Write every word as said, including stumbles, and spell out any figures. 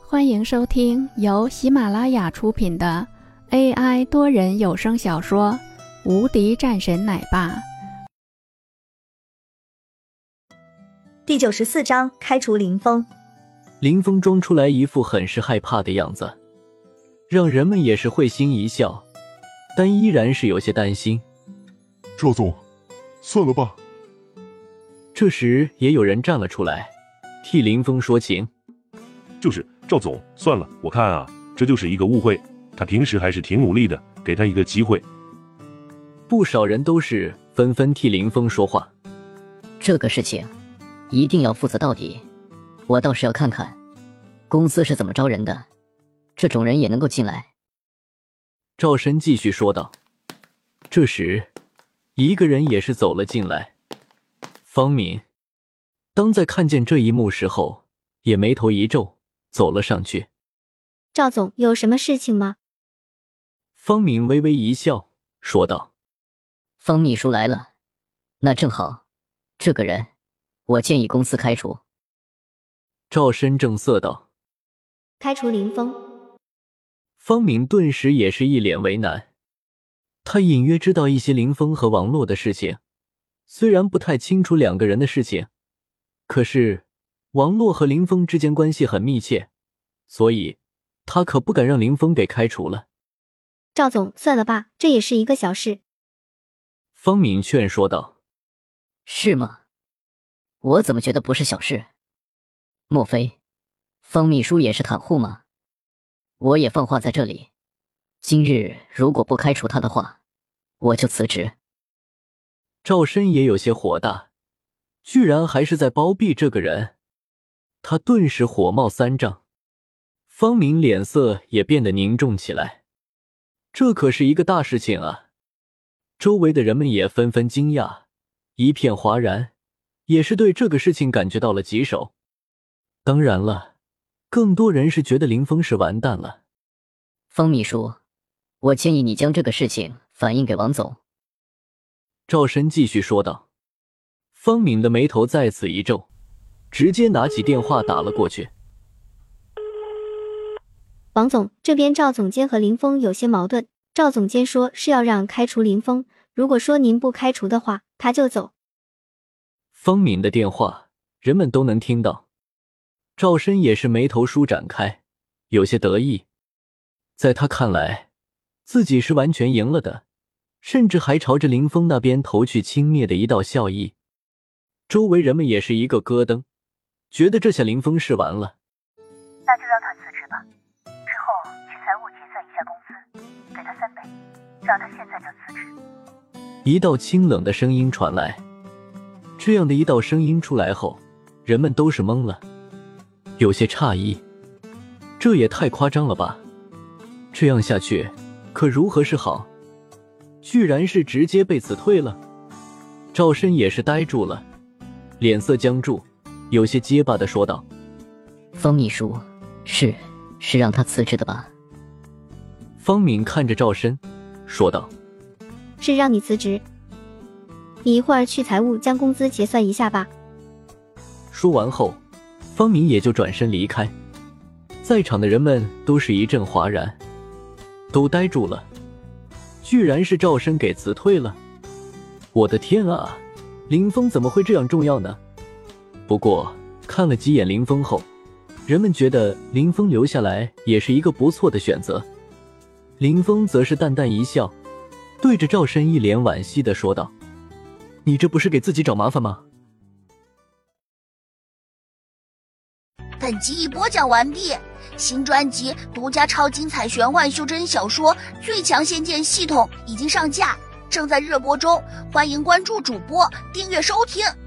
欢迎收听由喜马拉雅出品的 A I 多人有声小说《无敌战神奶爸》 第九十四章开除林峰。 林峰装出来一副很是害怕的样子，让人们也是会心一笑，但依然是有些担心。 赵总，算了吧。 这时也有人站了出来，替林峰说情。 就是赵总，算了，我看啊，这就是一个误会，他平时还是挺努力的，给他一个机会。 不少人都是纷纷替林峰说话。 这个事情一定要负责到底，我倒是要看看公司是怎么招人的，这种人也能够进来。 赵深继续说道。这时一个人也是走了进来，方敏。当在看见这一幕时候，也眉头一皱，走了上去。 赵总，有什么事情吗？ 方敏微微一笑，说道。 方秘书来了，那正好，这个人我建议公司开除。 赵深正色道。 开除林峰。 方敏顿时也是一脸为难。他隐约知道一些林峰和王洛的事情，虽然不太清楚两个人的事情，可是王洛和林峰之间关系很密切，所以他可不敢让林峰给开除了。 赵总，算了吧，这也是一个小事。 方敏劝说道。 是吗？我怎么觉得不是小事？莫非方秘书也是袒护吗？我也放话在这里，今日如果不开除他的话，我就辞职。 赵深也有些火大，居然还是在包庇这个人，他顿时火冒三丈。方敏脸色也变得凝重起来，这可是一个大事情啊！周围的人们也纷纷惊讶，一片哗然，也是对这个事情感觉到了棘手。当然了，更多人是觉得林峰是完蛋了。 方秘书，我建议你将这个事情反映给王总。 赵深继续说道。方敏的眉头再次一皱，直接拿起电话打了过去。 王总，这边赵总监和林峰有些矛盾，赵总监说是要让开除林峰，如果说您不开除的话，他就走。 方敏的电话人们都能听到。赵深也是眉头舒展开，有些得意。在他看来，自己是完全赢了的，甚至还朝着林峰那边投去轻蔑的一道笑意。周围人们也是一个咯噔，觉得这下林峰是完了。 那就让他辞职吧，之后去财务结算一下工资，给他三倍，让他现在就辞职。 一道清冷的声音传来。这样的一道声音出来后，人们都是懵了，有些诧异。这也太夸张了吧，这样下去可如何是好？居然是直接被辞退了。赵深也是呆住了，脸色僵住，有些结巴地说道。 方秘书，是是让他辞职的吧？ 方敏看着赵深说道。 是让你辞职，你一会儿去财务将工资结算一下吧。 说完后，方敏也就转身离开。在场的人们都是一阵哗然，都呆住了，居然是赵深给辞退了。我的天啊，林峰怎么会这样重要呢？不过看了几眼林峰后，人们觉得林峰留下来也是一个不错的选择。林峰则是淡淡一笑，对着赵深一脸惋惜地说道。你这不是给自己找麻烦吗？ 本集已播讲完毕，新专辑独家超精彩玄幻修真小说《最强仙剑系统》已经上架，正在热播中，欢迎关注主播，订阅收听。